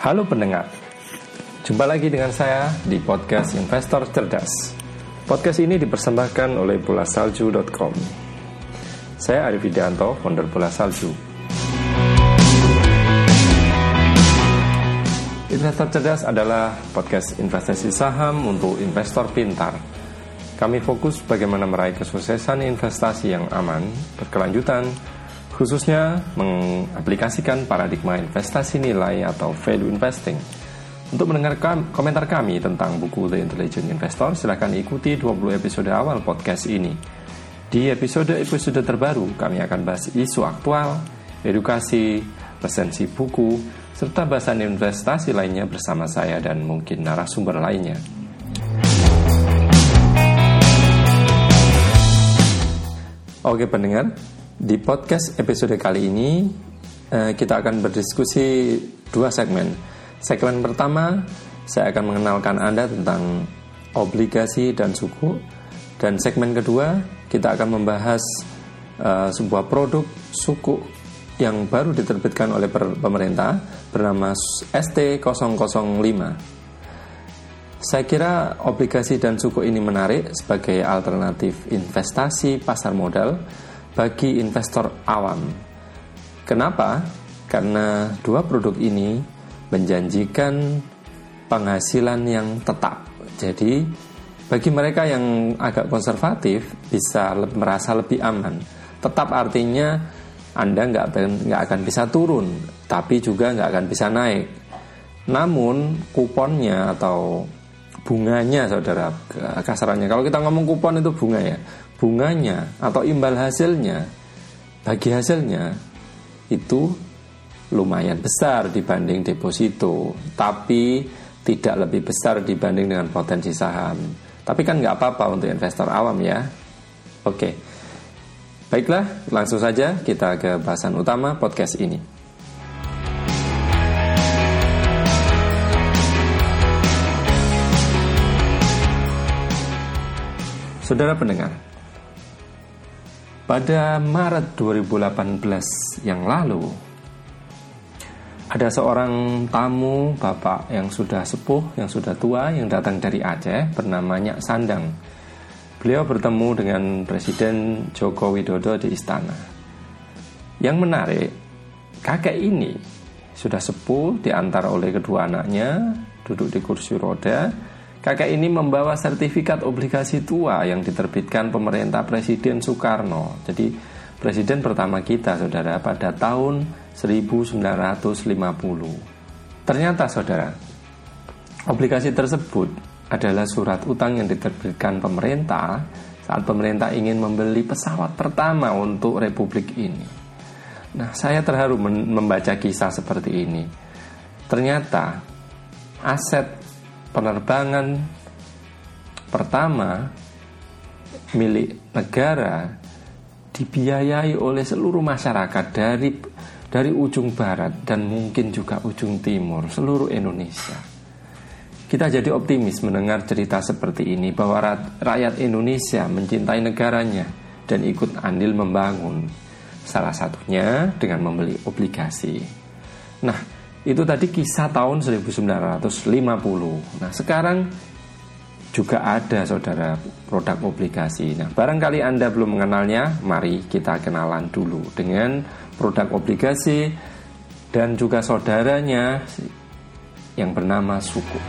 Halo pendengar, jumpa lagi dengan saya di podcast Investor Cerdas. Podcast ini dipersembahkan oleh bolasalju.com. Saya Arif Widianto, founder Bola Salju. Investor Cerdas adalah podcast investasi saham untuk investor pintar. Kami fokus bagaimana meraih kesuksesan investasi yang aman, berkelanjutan, khususnya mengaplikasikan paradigma investasi nilai atau value investing. Untuk mendengar komentar kami tentang buku The Intelligent Investor, silakan ikuti 20 episode awal podcast ini. Di episode terbaru, kami akan bahas isu aktual, edukasi, resensi buku, serta bahasan investasi lainnya bersama saya dan mungkin narasumber lainnya. Oke pendengar, di podcast episode kali ini kita akan berdiskusi dua segmen. Segmen pertama, saya akan mengenalkan Anda tentang obligasi dan suku. Dan segmen kedua, kita akan membahas sebuah produk suku yang baru diterbitkan oleh pemerintah bernama ST005. Saya kira obligasi dan suku ini menarik sebagai alternatif investasi pasar modal bagi investor awam. Kenapa? Karena dua produk ini menjanjikan penghasilan yang tetap. Jadi bagi mereka yang agak konservatif bisa merasa lebih aman. Tetap artinya Anda nggak akan bisa turun, tapi juga nggak akan bisa naik. Namun kuponnya atau bunganya, saudara, kasarannya, kalau kita ngomong kupon itu bunga ya, bunganya atau imbal hasilnya, bagi hasilnya itu lumayan besar dibanding deposito, tapi tidak lebih besar dibanding dengan potensi saham. Tapi kan nggak apa-apa untuk investor awam ya. Oke, baiklah, langsung saja kita ke bahasan utama podcast ini. Saudara pendengar, pada Maret 2018 yang lalu, ada seorang tamu bapak yang sudah sepuh, yang sudah tua, yang datang dari Aceh bernama Nyak Sandang. Beliau bertemu dengan Presiden Joko Widodo di istana. Yang menarik, kakek ini sudah sepuh, diantar oleh kedua anaknya, duduk di kursi roda. Kakek ini membawa sertifikat obligasi tua yang diterbitkan pemerintah Presiden Soekarno. Jadi presiden pertama kita, saudara, pada tahun 1950. Ternyata, saudara, obligasi tersebut adalah surat utang yang diterbitkan pemerintah saat pemerintah ingin membeli pesawat pertama untuk Republik ini. Nah, saya terharu membaca kisah seperti ini. Ternyata aset penerbangan pertama milik negara dibiayai oleh seluruh masyarakat dari ujung barat dan mungkin juga ujung timur, seluruh Indonesia. Kita jadi optimis mendengar cerita seperti ini, bahwa rakyat Indonesia mencintai negaranya dan ikut andil membangun, salah satunya dengan membeli obligasi. Nah, itu tadi kisah tahun 1950. Nah, sekarang juga ada, saudara, produk obligasi. Nah, barangkali Anda belum mengenalnya, mari kita kenalan dulu dengan produk obligasi dan juga saudaranya yang bernama suku.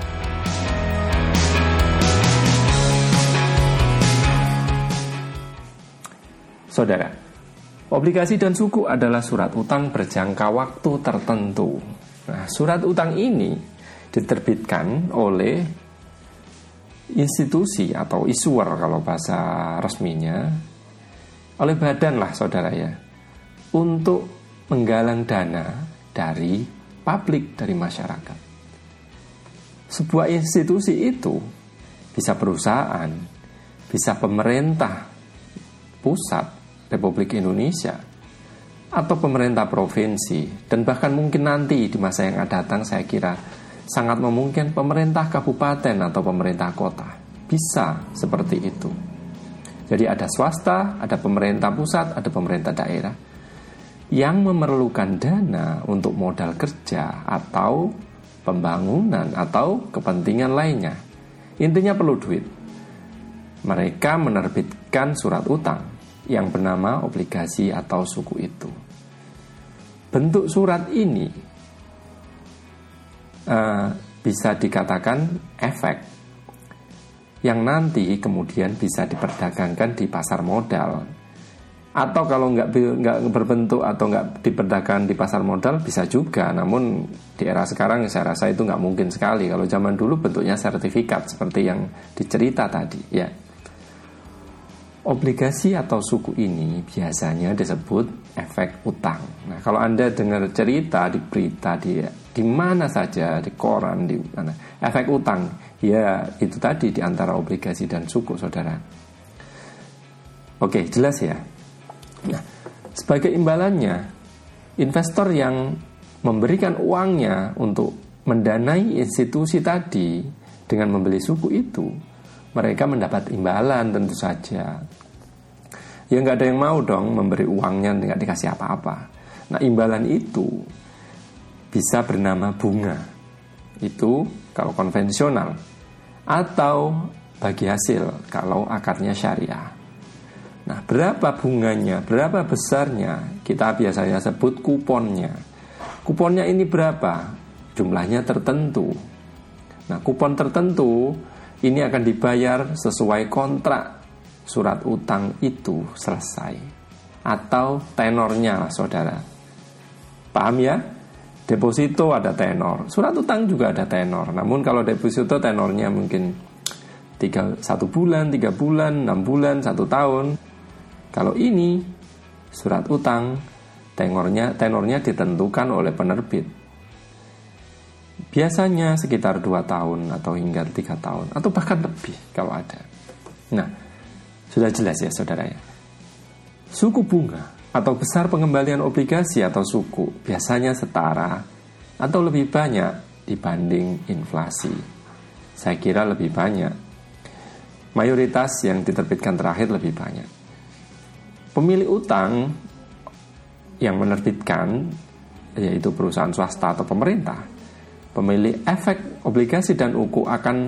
Saudara, obligasi dan suku adalah surat utang berjangka waktu tertentu. Nah, surat utang ini diterbitkan oleh institusi atau issuer kalau bahasa resminya, oleh badan lah, saudara ya, untuk menggalang dana dari publik, dari masyarakat. Sebuah institusi itu bisa perusahaan, bisa pemerintah pusat Republik Indonesia, atau pemerintah provinsi, dan bahkan mungkin nanti di masa yang akan datang saya kira sangat memungkinkan pemerintah kabupaten atau pemerintah kota. Bisa seperti itu. Jadi ada swasta, ada pemerintah pusat, ada pemerintah daerah yang memerlukan dana untuk modal kerja atau pembangunan, atau kepentingan lainnya. Intinya perlu duit. Mereka menerbitkan surat utang yang bernama obligasi atau suku itu. Bentuk surat ini bisa dikatakan efek yang nanti kemudian bisa diperdagangkan di pasar modal. Atau kalau nggak berbentuk atau nggak diperdagangkan di pasar modal bisa juga. Namun di era sekarang saya rasa itu nggak mungkin sekali. Kalau zaman dulu bentuknya sertifikat seperti yang dicerita tadi ya. Obligasi atau suku ini biasanya disebut efek utang. Nah, kalau Anda dengar cerita di berita di mana saja, di koran, di mana, efek utang, ya itu tadi di antara obligasi dan suku, saudara. Oke, jelas ya. Nah, sebagai imbalannya, investor yang memberikan uangnya untuk mendanai institusi tadi dengan membeli suku itu, mereka mendapat imbalan tentu saja. Ya nggak ada yang mau dong memberi uangnya nggak dikasih apa-apa. Nah, imbalan itu bisa bernama bunga. Itu kalau konvensional. Atau bagi hasil kalau akarnya syariah. Nah, berapa bunganya, berapa besarnya, kita biasanya sebut kuponnya. Kuponnya ini berapa? Jumlahnya tertentu. Nah, kupon tertentu ini akan dibayar sesuai kontrak surat utang itu selesai. Atau tenornya, saudara. Paham ya? Deposito ada tenor, surat utang juga ada tenor. Namun kalau deposito tenornya mungkin 1 bulan, 3 bulan, 6 bulan, 1 tahun. Kalau ini surat utang, tenornya ditentukan oleh penerbit. Biasanya sekitar 2 tahun atau hingga 3 tahun atau bahkan lebih kalau ada. Nah, sudah jelas ya saudara ya. Suku bunga atau besar pengembalian obligasi atau suku biasanya setara atau lebih banyak dibanding inflasi. Saya kira lebih banyak. Mayoritas yang diterbitkan terakhir lebih banyak. Pemilik utang yang menerbitkan, yaitu perusahaan swasta atau pemerintah, pemilik efek obligasi dan uku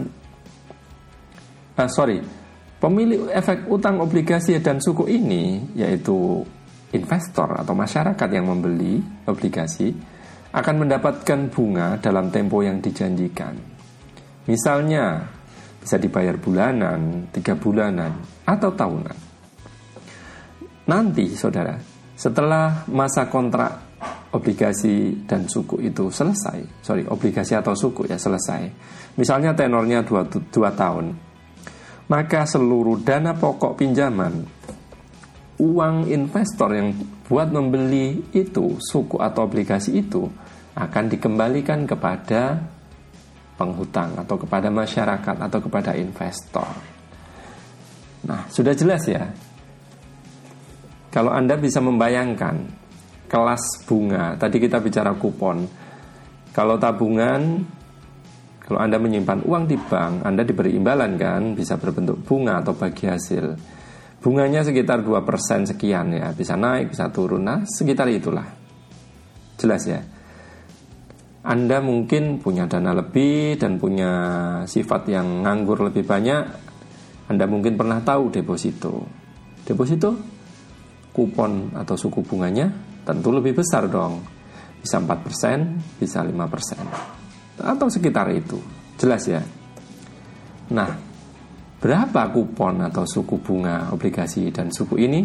pemilik efek utang obligasi dan suku ini, yaitu investor atau masyarakat yang membeli obligasi, akan mendapatkan bunga dalam tempo yang dijanjikan. Misalnya bisa dibayar bulanan, 3 bulanan, atau tahunan. Nanti saudara, setelah masa kontrak obligasi dan suku itu selesai, obligasi atau suku ya selesai, misalnya tenornya 2 tahun, maka seluruh dana pokok pinjaman, uang investor yang buat membeli itu, suku atau obligasi itu, akan dikembalikan kepada penghutang atau kepada masyarakat atau kepada investor. Nah, sudah jelas ya. Kalau Anda bisa membayangkan kelas bunga, tadi kita bicara kupon. Kalau tabungan, kalau Anda menyimpan uang di bank, Anda diberi imbalan kan, bisa berbentuk bunga atau bagi hasil. Bunganya sekitar 2% sekian ya, bisa naik, bisa turun, nah sekitar itulah. Jelas ya. Anda mungkin punya dana lebih dan punya sifat yang nganggur lebih banyak. Anda mungkin pernah tahu deposito. Deposito kupon atau suku bunganya tentu lebih besar dong. Bisa 4%, bisa 5%, atau sekitar itu. Jelas ya. Nah, berapa kupon atau suku bunga obligasi dan suku ini?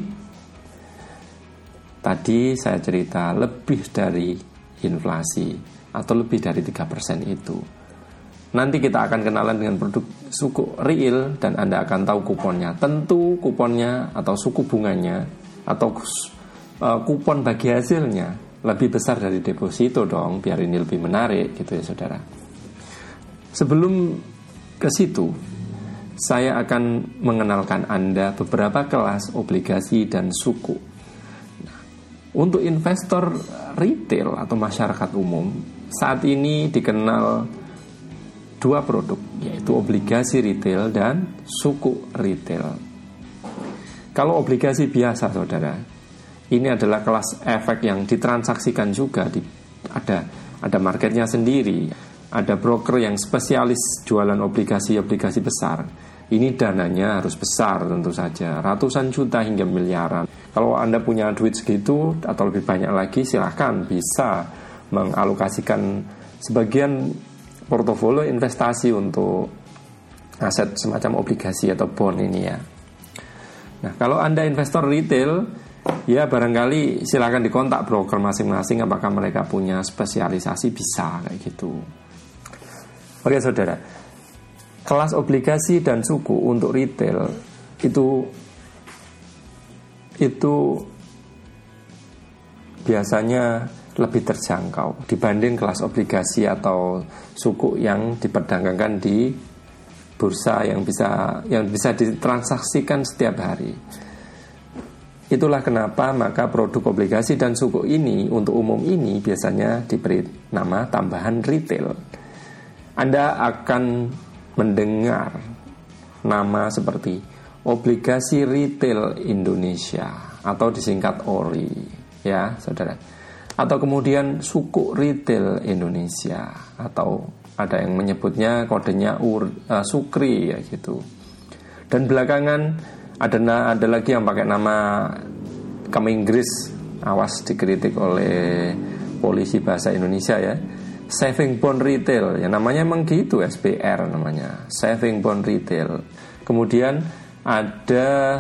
Tadi saya cerita lebih dari inflasi atau lebih dari 3% itu. Nanti kita akan kenalan dengan produk suku real dan Anda akan tahu kuponnya. Tentu kuponnya atau suku bunganya atau kupon bagi hasilnya lebih besar dari deposito dong, biar ini lebih menarik gitu ya saudara. Sebelum ke situ, saya akan mengenalkan Anda beberapa kelas obligasi dan suku. Nah, untuk investor retail atau masyarakat umum, saat ini dikenal 2 produk, yaitu obligasi retail dan suku retail. Kalau obligasi biasa saudara, ini adalah kelas efek yang ditransaksikan juga, ada marketnya sendiri. ada broker yang spesialis jualan obligasi besar. Ini dananya harus besar tentu saja, ratusan juta hingga miliaran. Kalau Anda punya duit segitu atau lebih banyak lagi, silahkan bisa mengalokasikan sebagian portofolio investasi untuk aset semacam obligasi atau bond ini ya. Nah, kalau Anda investor retail, ya barangkali silakan dikontak broker masing-masing apakah mereka punya spesialisasi, bisa kayak gitu. Oke saudara, kelas obligasi dan suku untuk retail itu biasanya lebih terjangkau dibanding kelas obligasi atau suku yang diperdagangkan di bursa yang bisa ditransaksikan setiap hari. Itulah kenapa maka produk obligasi dan suku ini untuk umum ini biasanya diberi nama tambahan retail. Anda akan mendengar nama seperti Obligasi Retail Indonesia atau disingkat ORI, ya saudara. Atau kemudian suku retail Indonesia, atau ada yang menyebutnya kodenya Sukri ya gitu. Dan belakangan ada lagi yang pakai nama Keminggris, awas dikritik oleh polisi bahasa Indonesia ya. Saving Bond Retail, ya namanya emang gitu, SBR namanya, Saving Bond Retail. Kemudian ada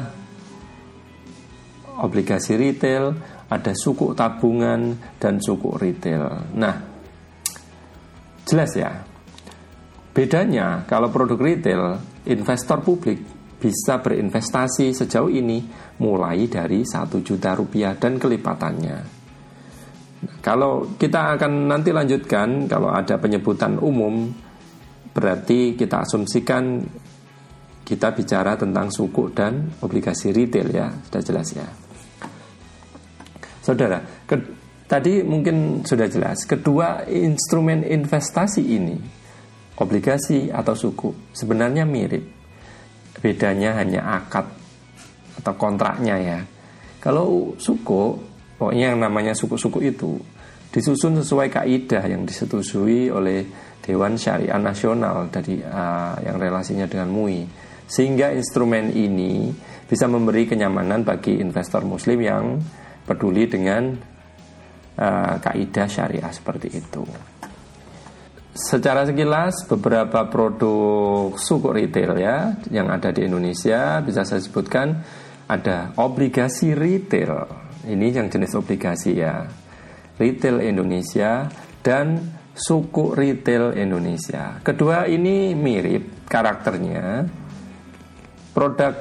obligasi retail, ada suku tabungan dan suku retail. Nah, jelas ya, bedanya kalau produk retail, investor publik bisa berinvestasi sejauh ini mulai dari 1 juta rupiah dan kelipatannya. Kalau kita akan nanti lanjutkan, kalau ada penyebutan umum, berarti kita asumsikan kita bicara tentang suku dan obligasi retail ya, sudah jelas ya. Saudara, tadi mungkin sudah jelas, kedua instrumen investasi ini, obligasi atau suku, sebenarnya mirip. Bedanya hanya akad atau kontraknya ya. Kalau suku, pokoknya yang namanya suku-suku itu disusun sesuai kaidah yang disetujui oleh Dewan Syariah Nasional dari yang relasinya dengan MUI, sehingga instrumen ini bisa memberi kenyamanan bagi investor muslim yang peduli dengan kaidah syariah seperti itu. Secara sekilas beberapa produk suku retail ya yang ada di Indonesia bisa saya sebutkan. Ada obligasi retail, ini yang jenis obligasi ya, retail Indonesia dan suku retail Indonesia. Kedua ini mirip karakternya. Produk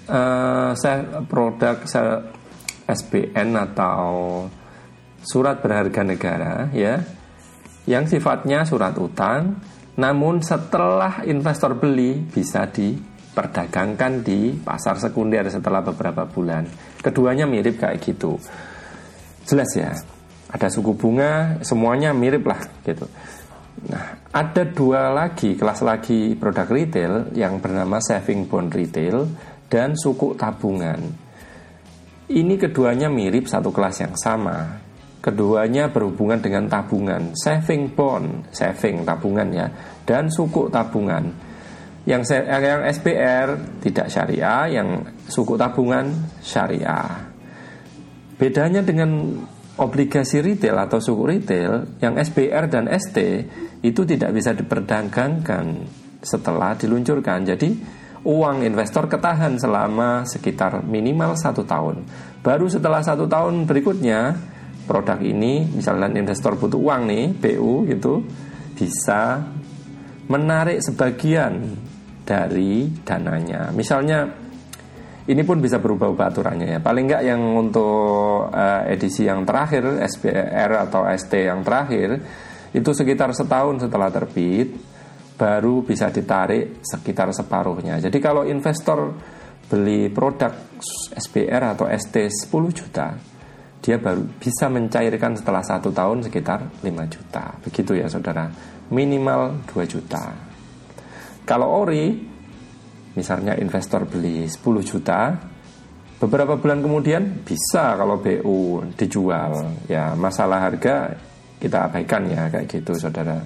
SBN atau surat berharga negara ya, yang sifatnya surat utang, namun setelah investor beli bisa diperdagangkan di pasar sekunder setelah beberapa bulan. Keduanya mirip kayak gitu. Jelas ya, ada suku bunga, semuanya mirip lah gitu. Nah, ada dua lagi, kelas lagi produk retail yang bernama saving bond retail dan suku tabungan. Ini keduanya mirip, satu kelas yang sama. Keduanya berhubungan dengan tabungan, saving bond, saving tabungan ya, dan suku tabungan. Yang SBR tidak syariah, yang suku tabungan syariah. Bedanya dengan obligasi retail atau suku retail, yang SBR dan ST itu tidak bisa diperdagangkan setelah diluncurkan. Jadi uang investor ketahan selama sekitar minimal 1 tahun. Baru setelah 1 tahun berikutnya, produk ini, misalnya investor butuh uang nih, BU gitu, bisa menarik sebagian dari dananya. Misalnya ini pun bisa berubah-ubah aturannya ya. Paling enggak yang untuk edisi yang terakhir, SBR atau ST yang terakhir, itu sekitar setahun setelah terbit baru bisa ditarik sekitar separuhnya. Jadi kalau investor beli produk SBR atau ST 10 juta, dia baru bisa mencairkan setelah 1 tahun sekitar 5 juta. Begitu ya saudara, minimal 2 juta. Kalau ORI, misalnya investor beli 10 juta, beberapa bulan kemudian bisa kalau BU dijual. Ya masalah harga kita abaikan ya kayak gitu saudara.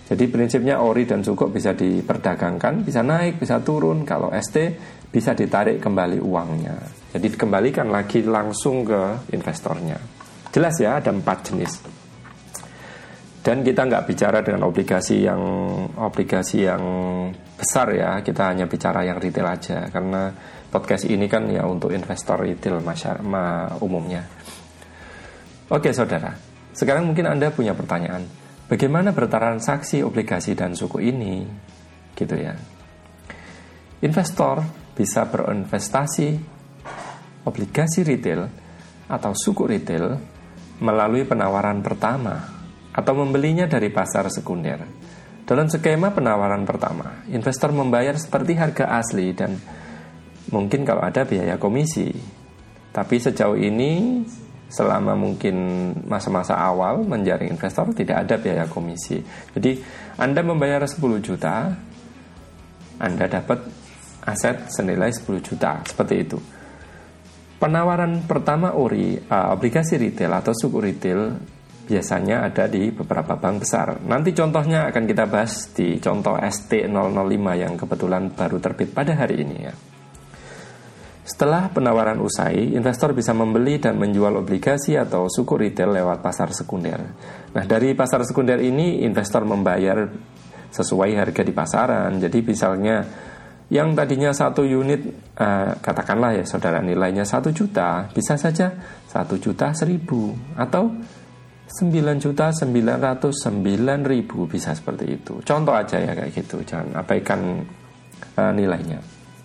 Jadi prinsipnya ori dan sukuk bisa diperdagangkan, bisa naik, bisa turun. Kalau ST bisa ditarik kembali uangnya. Jadi dikembalikan lagi langsung ke investornya. Jelas ya, ada 4 jenis. Dan kita nggak bicara dengan obligasi yang besar ya, kita hanya bicara yang retail aja, karena podcast ini kan ya untuk investor retail umumnya. Oke saudara, sekarang mungkin Anda punya pertanyaan, bagaimana bertransaksi obligasi dan suku ini, gitu ya. Investor bisa berinvestasi obligasi retail atau suku retail melalui penawaran pertama atau membelinya dari pasar sekunder. Dalam skema penawaran pertama, investor membayar seperti harga asli dan mungkin kalau ada biaya komisi. Tapi sejauh ini, selama mungkin masa-masa awal menjaring investor, tidak ada biaya komisi. Jadi Anda membayar 10 juta, Anda dapat aset senilai 10 juta, seperti itu. Penawaran pertama obligasi retail atau suku retail biasanya ada di beberapa bank besar. Nanti contohnya akan kita bahas di contoh ST005 yang kebetulan baru terbit pada hari ini ya. Setelah penawaran usai, investor bisa membeli dan menjual obligasi atau suku retail lewat pasar sekunder. Nah, dari pasar sekunder ini investor membayar sesuai harga di pasaran. Jadi misalnya yang tadinya 1 unit katakanlah ya saudara, nilainya 1 juta, bisa saja 1 juta 1.000 atau 9.909.000, bisa seperti itu. Contoh aja ya kayak gitu, jangan abaikan nilainya.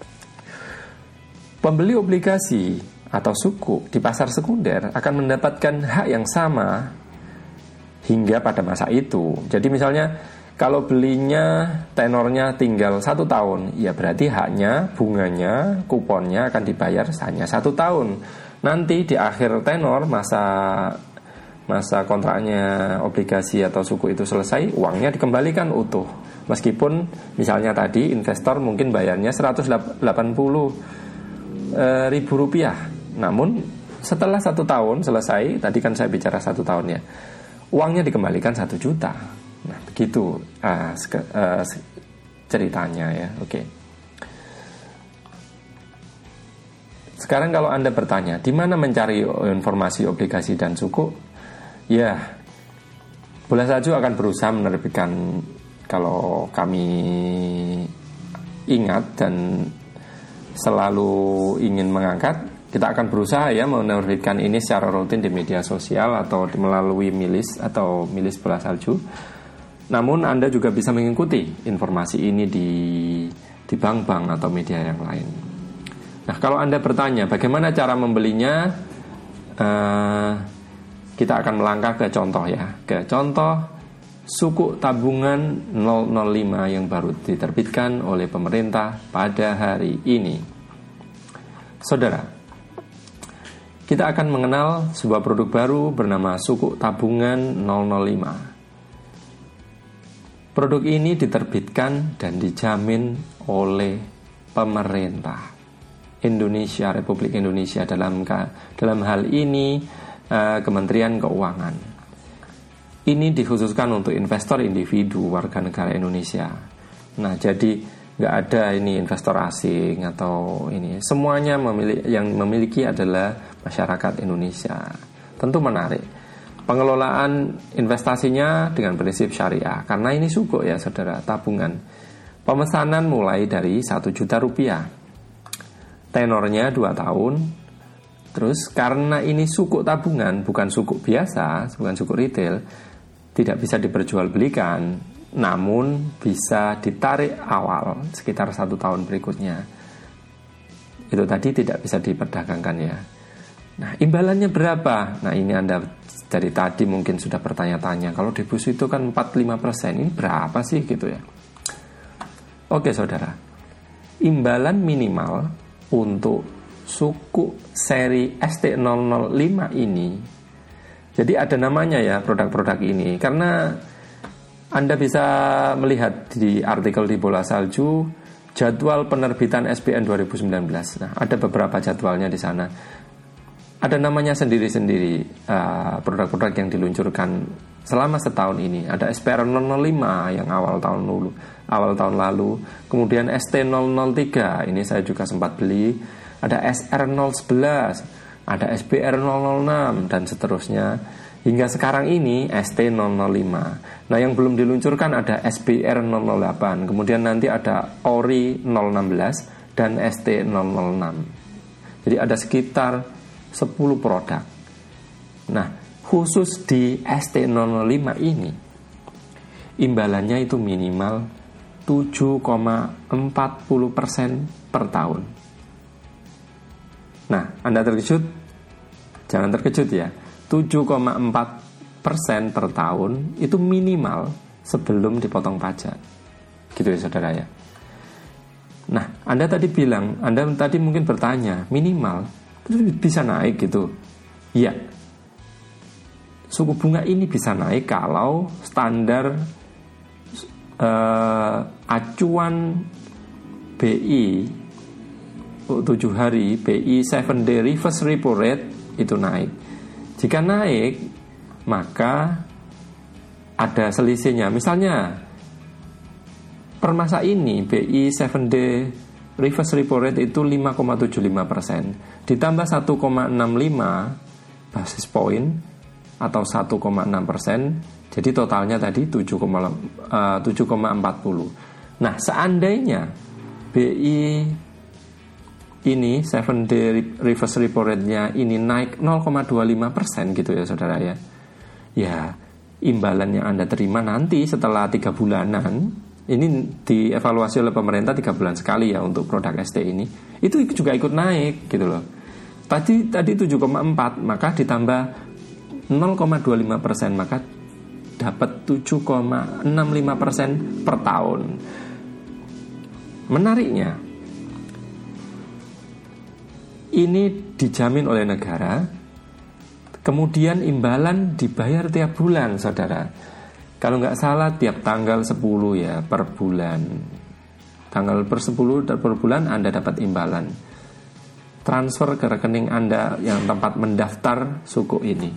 Pembeli obligasi atau suku di pasar sekunder akan mendapatkan hak yang sama hingga pada masa itu. Jadi misalnya kalau belinya tenornya tinggal 1 tahun, ya berarti haknya, bunganya, kuponnya akan dibayar hanya 1 tahun. Nanti di akhir tenor masa kontraknya obligasi atau suku itu selesai, uangnya dikembalikan utuh. Meskipun misalnya tadi investor mungkin bayarnya 180.000 rupiah, namun setelah 1 tahun selesai, tadi kan saya bicara 1 tahun ya, uangnya dikembalikan 1 juta. Nah begitu ceritanya ya. Oke. Sekarang kalau Anda bertanya, di mana mencari informasi obligasi dan suku? Ya, Bola Salju akan berusaha menerbitkan, kalau kami ingat dan selalu ingin mengangkat, kita akan berusaha ya menerbitkan ini secara rutin di media sosial atau melalui milis Bola Salju. Namun Anda juga bisa mengikuti informasi ini di bank-bank atau media yang lain. Nah, kalau Anda bertanya bagaimana cara membelinya, kita akan melangkah ke contoh ya, ke contoh suku tabungan 005 yang baru diterbitkan oleh pemerintah pada hari ini. Saudara, kita akan mengenal sebuah produk baru bernama suku tabungan 005. Produk ini diterbitkan dan dijamin oleh pemerintah Indonesia, Republik Indonesia, dalam hal ini Kementerian Keuangan. Ini dikhususkan untuk investor individu warga negara Indonesia. Nah, jadi nggak ada ini investor asing atau ini. Semuanya yang memiliki adalah masyarakat Indonesia. Tentu menarik. Pengelolaan investasinya dengan prinsip syariah, karena ini suku ya saudara, tabungan. Pemesanan mulai dari 1 juta rupiah. Tenornya 2 tahun. Terus karena ini suku tabungan, bukan suku biasa, bukan suku retail, tidak bisa diperjualbelikan, namun bisa ditarik awal sekitar 1 tahun berikutnya. Itu tadi tidak bisa diperdagangkan ya. Nah, imbalannya berapa? Nah, ini Anda dari tadi mungkin sudah bertanya-tanya, kalau deposito itu kan 4-5%, ini berapa sih gitu ya. Oke saudara, imbalan minimal untuk suku seri ST005 ini, jadi ada namanya ya produk-produk ini, karena Anda bisa melihat di artikel di Bola Salju jadwal penerbitan SBN 2019. Nah, ada beberapa jadwalnya di sana. ada namanya sendiri-sendiri produk-produk yang diluncurkan selama setahun ini. Ada SPR 005 yang awal tahun lalu, kemudian ST003 ini saya juga sempat beli, ada SR011, ada SBR 006 dan seterusnya hingga sekarang ini ST005. Nah, yang belum diluncurkan ada SBR 008, kemudian nanti ada ORI 016 dan ST006. Jadi ada sekitar 10 produk. Nah, khusus di ST005 ini imbalannya itu minimal 7,40% per tahun. Nah, Anda terkejut? Jangan terkejut ya. 7,4% per tahun itu minimal sebelum dipotong pajak. Gitu ya saudara ya. Nah, Anda tadi mungkin bertanya, minimal itu bisa naik gitu. Iya. Suku bunga ini bisa naik kalau standar acuan BI 7 hari, BI 7 day reverse repo rate itu naik. Jika naik, maka ada selisihnya. Misalnya per masa ini BI 7 day reverse repo rate itu 5,75%, ditambah 1,65 basis point atau 1,6%, jadi totalnya tadi 7,40. Nah, seandainya BI ini 7 day reverse repo rate-nya ini naik 0,25% gitu ya saudara ya. Ya, imbalan yang Anda terima nanti setelah 3 bulanan, ini dievaluasi oleh pemerintah 3 bulan sekali ya untuk produk ST ini, itu juga ikut naik gitu loh. Tadi 7,4, maka ditambah 0,25%, maka dapat 7,65% per tahun. Menariknya, ini dijamin oleh negara, kemudian imbalan dibayar tiap bulan saudara. Kalau nggak salah tiap tanggal 10 ya per bulan. Tanggal per 10 per bulan Anda dapat imbalan. Transfer ke rekening Anda yang tempat mendaftar suku ini.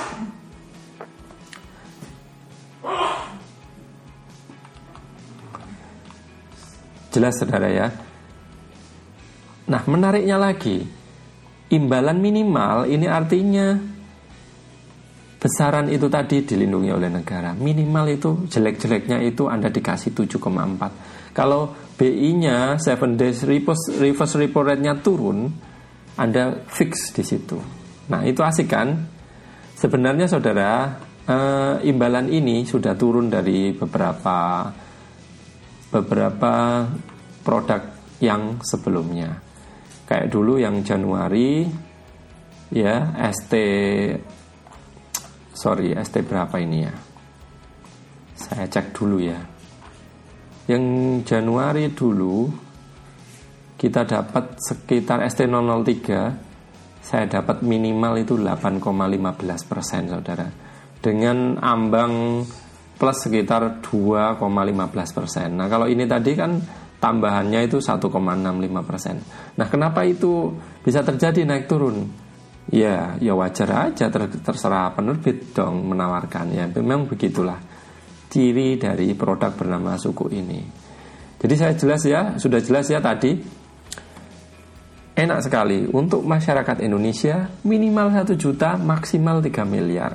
Jelas saudara ya. Nah, menariknya lagi, imbalan minimal ini artinya besaran itu tadi dilindungi oleh negara. Minimal itu jelek-jeleknya itu Anda dikasih 7,4. Kalau BI-nya 7 days reverse repo rate-nya turun, Anda fix di situ. Nah, itu asik kan? Sebenarnya saudara, imbalan ini sudah turun dari beberapa produk yang sebelumnya. Kayak dulu yang Januari ya, ST berapa ini ya? Saya cek dulu ya. Yang Januari dulu kita dapat sekitar ST003, saya dapat minimal itu 8,15% saudara, dengan ambang plus sekitar 2,15%. Nah, kalau ini tadi kan tambahannya itu 1,65%. Nah, kenapa itu bisa terjadi naik turun? Ya wajar aja, terserah penerbit dong menawarkan. Ya, memang begitulah ciri dari produk bernama suku ini. Jadi sudah jelas ya tadi. Enak sekali untuk masyarakat Indonesia, minimal 1 juta, maksimal 3 miliar.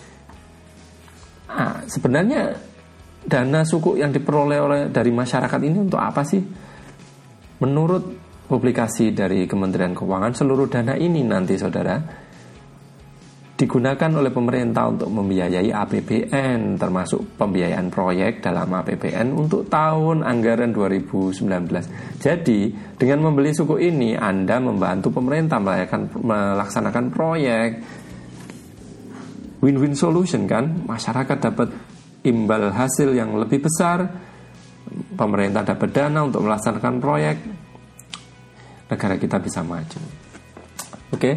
Nah, sebenarnya dana suku yang diperoleh dari masyarakat ini untuk apa sih? Menurut publikasi dari Kementerian Keuangan, seluruh dana ini nanti saudara digunakan oleh pemerintah untuk membiayai APBN, termasuk pembiayaan proyek dalam APBN untuk tahun anggaran 2019. Jadi dengan membeli suku ini Anda membantu pemerintah melaksanakan proyek. Win-win solution kan? Masyarakat dapat imbal hasil yang lebih besar, pemerintah dapat dana untuk melaksanakan proyek, negara kita bisa maju. Oke,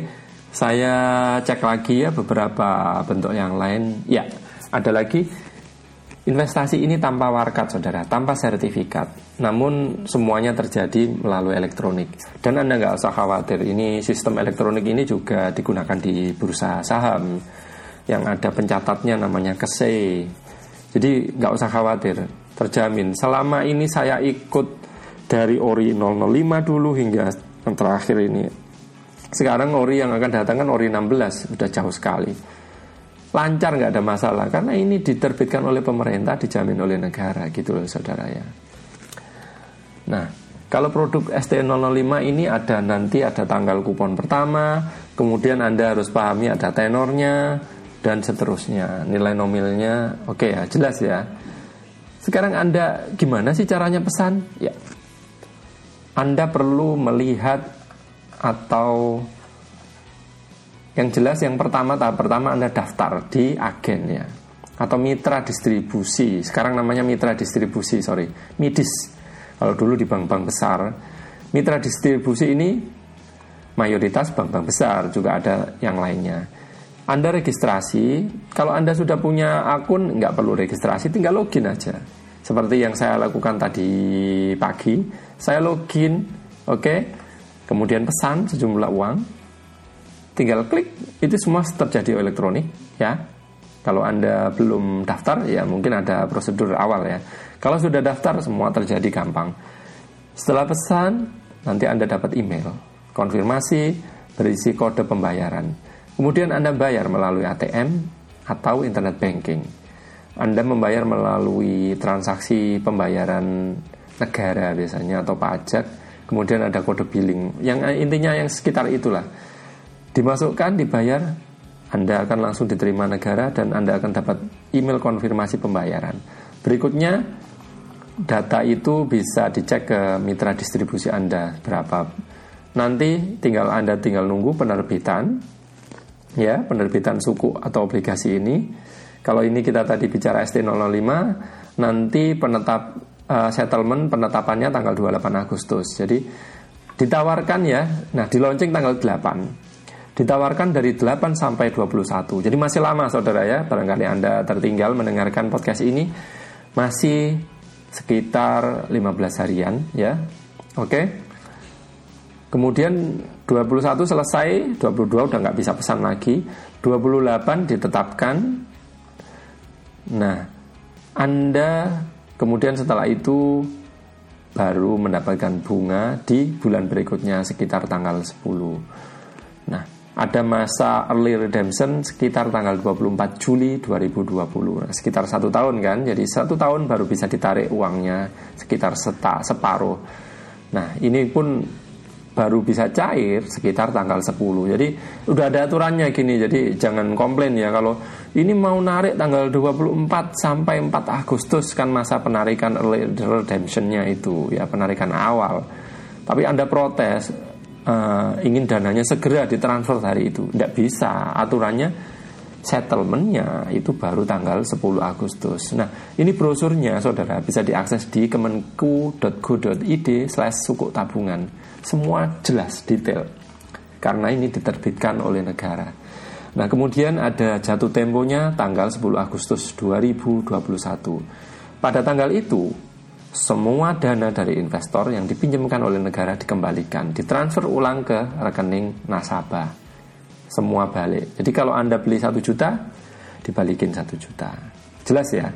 saya cek lagi ya beberapa bentuk yang lain. Ya, ada lagi Investasi ini tanpa warkat, saudara, tanpa sertifikat. Namun semuanya terjadi melalui elektronik. Dan Anda nggak usah khawatir, ini sistem elektronik ini juga digunakan di bursa saham yang ada pencatatnya namanya KSE. Jadi nggak usah khawatir, terjamin. Selama ini saya ikut dari ori 005 dulu hingga yang terakhir ini. Sekarang ori yang akan datang kan ori 16, sudah jauh sekali. Lancar, nggak ada masalah, karena ini diterbitkan oleh pemerintah, dijamin oleh negara, gitu loh saudara ya. Nah, kalau produk ST005 ini nanti ada tanggal kupon pertama, kemudian Anda harus pahami ada tenornya, dan seterusnya, nilai nominalnya, oke ya, jelas ya. Sekarang Anda gimana sih caranya pesan? Ya, Anda perlu melihat atau yang jelas yang tahap pertama Anda daftar di agen ya, atau mitra distribusi. Sekarang namanya mitra distribusi, MIDIS. Kalau dulu di bank-bank besar, mitra distribusi ini mayoritas bank-bank besar, juga ada yang lainnya. Anda registrasi, kalau Anda sudah punya akun nggak perlu registrasi, tinggal login aja. Seperti yang saya lakukan tadi pagi, saya login, oke, kemudian pesan sejumlah uang, tinggal klik, itu semua terjadi elektronik ya. Kalau Anda belum daftar ya mungkin ada prosedur awal ya. Kalau sudah daftar semua terjadi gampang. Setelah pesan nanti Anda dapat email konfirmasi berisi kode pembayaran. Kemudian Anda bayar melalui ATM atau internet banking. Anda membayar melalui transaksi pembayaran negara biasanya atau pajak. Kemudian ada kode billing. Yang intinya yang sekitar itulah. Dimasukkan, dibayar, Anda akan langsung diterima negara dan Anda akan dapat email konfirmasi pembayaran. Berikutnya, data itu bisa dicek ke mitra distribusi Anda berapa. Nanti Anda tinggal nunggu penerbitan, ya, penerbitan suku atau obligasi ini. Kalau ini kita tadi bicara ST005, nanti settlement penetapannya tanggal 28 Agustus. Jadi ditawarkan ya, nah di launching tanggal 8. Ditawarkan dari 8 sampai 21. Jadi masih lama saudara ya. Barangkali Anda tertinggal mendengarkan podcast ini, masih sekitar 15 harian ya. Oke. Kemudian 21 selesai, 22 udah nggak bisa pesan lagi, 28 ditetapkan. Nah, Anda kemudian setelah itu baru mendapatkan bunga di bulan berikutnya sekitar tanggal 10. Nah, ada masa early redemption sekitar tanggal 24 Juli 2020. Sekitar 1 tahun kan. Jadi 1 tahun baru bisa ditarik uangnya sekitar separuh. Nah, ini pun baru bisa cair sekitar tanggal 10. Jadi udah ada aturannya gini. Jadi jangan komplain ya kalau ini mau narik tanggal 24 sampai 4 Agustus kan masa penarikan early redemptionnya itu ya, penarikan awal. Tapi Anda protes, ingin dananya segera ditransfer hari itu, tidak bisa. Aturannya settlementnya itu baru tanggal 10 Agustus. Nah, ini brosurnya saudara bisa diakses di kemenku.go.id/sukuk tabungan. Semua jelas detail karena ini diterbitkan oleh negara. Nah, kemudian ada jatuh temponya tanggal 10 Agustus 2021. Pada tanggal itu semua dana dari investor yang dipinjamkan oleh negara dikembalikan, ditransfer ulang ke rekening nasabah. Semua balik. Jadi kalau Anda beli 1 juta, dibalikin 1 juta. Jelas ya?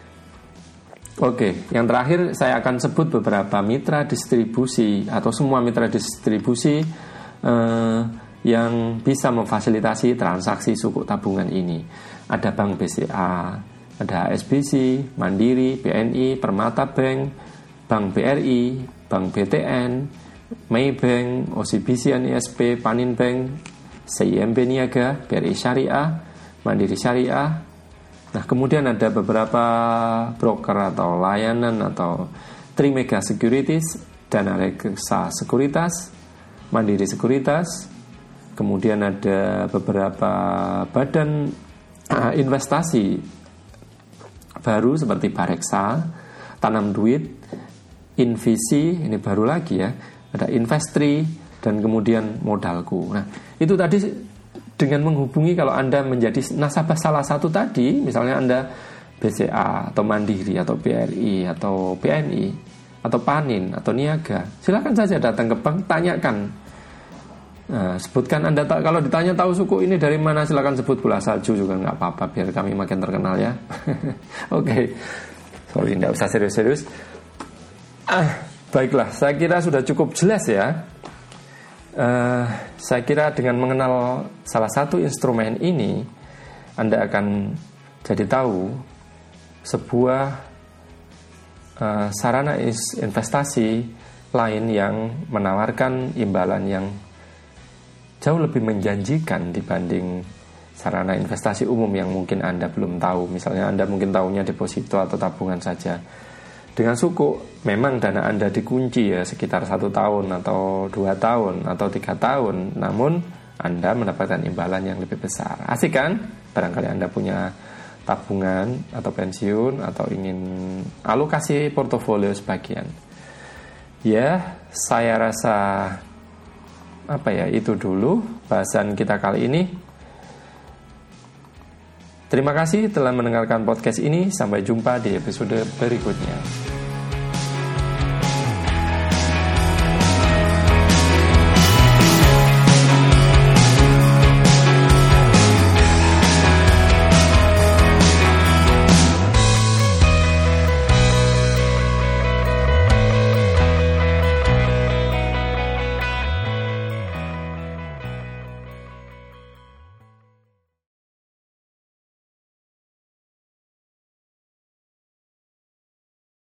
Oke, yang terakhir saya akan sebut beberapa mitra distribusi atau semua mitra distribusi yang bisa memfasilitasi transaksi sukuk tabungan ini. Ada Bank BCA, ada HSBC, Mandiri, BNI, Permata Bank, Bank BRI, Bank BTN, Maybank, OCBC, NISP, Panin Bank, CIMB Niaga, BRI Syariah, Mandiri Syariah. Nah, kemudian ada beberapa broker atau layanan atau Trimega Securities, Dana Reksa Sekuritas, Mandiri Sekuritas. Kemudian ada beberapa badan investasi baru seperti Bareksa, Tanam Duit, Invisi, ini baru lagi ya, ada Investri, dan kemudian Modalku. Nah, itu tadi dengan menghubungi, kalau Anda menjadi nasabah salah satu tadi, misalnya Anda BCA atau Mandiri atau BRI atau BNI atau Panin atau Niaga, silakan saja datang ke bank, tanyakan. Sebutkan Anda kalau ditanya tahu suku ini dari mana, silakan sebut bola salju juga nggak apa-apa, biar kami makin terkenal ya. Oke. Sorry, nggak usah serius-serius. Baiklah, saya kira sudah cukup jelas ya. Saya kira dengan mengenal salah satu instrumen ini, Anda akan jadi tahu sebuah sarana investasi lain yang menawarkan imbalan yang jauh lebih menjanjikan dibanding sarana investasi umum yang mungkin Anda belum tahu. Misalnya Anda mungkin tahunya deposito atau tabungan saja. Dengan suku, memang dana Anda dikunci ya sekitar 1 tahun atau 2 tahun atau 3 tahun. Namun Anda mendapatkan imbalan yang lebih besar. Asik kan? Barangkali Anda punya tabungan atau pensiun atau ingin alokasi portofolio sebagian. Ya, saya rasa itu dulu bahasan kita kali ini. Terima kasih telah mendengarkan podcast ini. Sampai jumpa di episode berikutnya.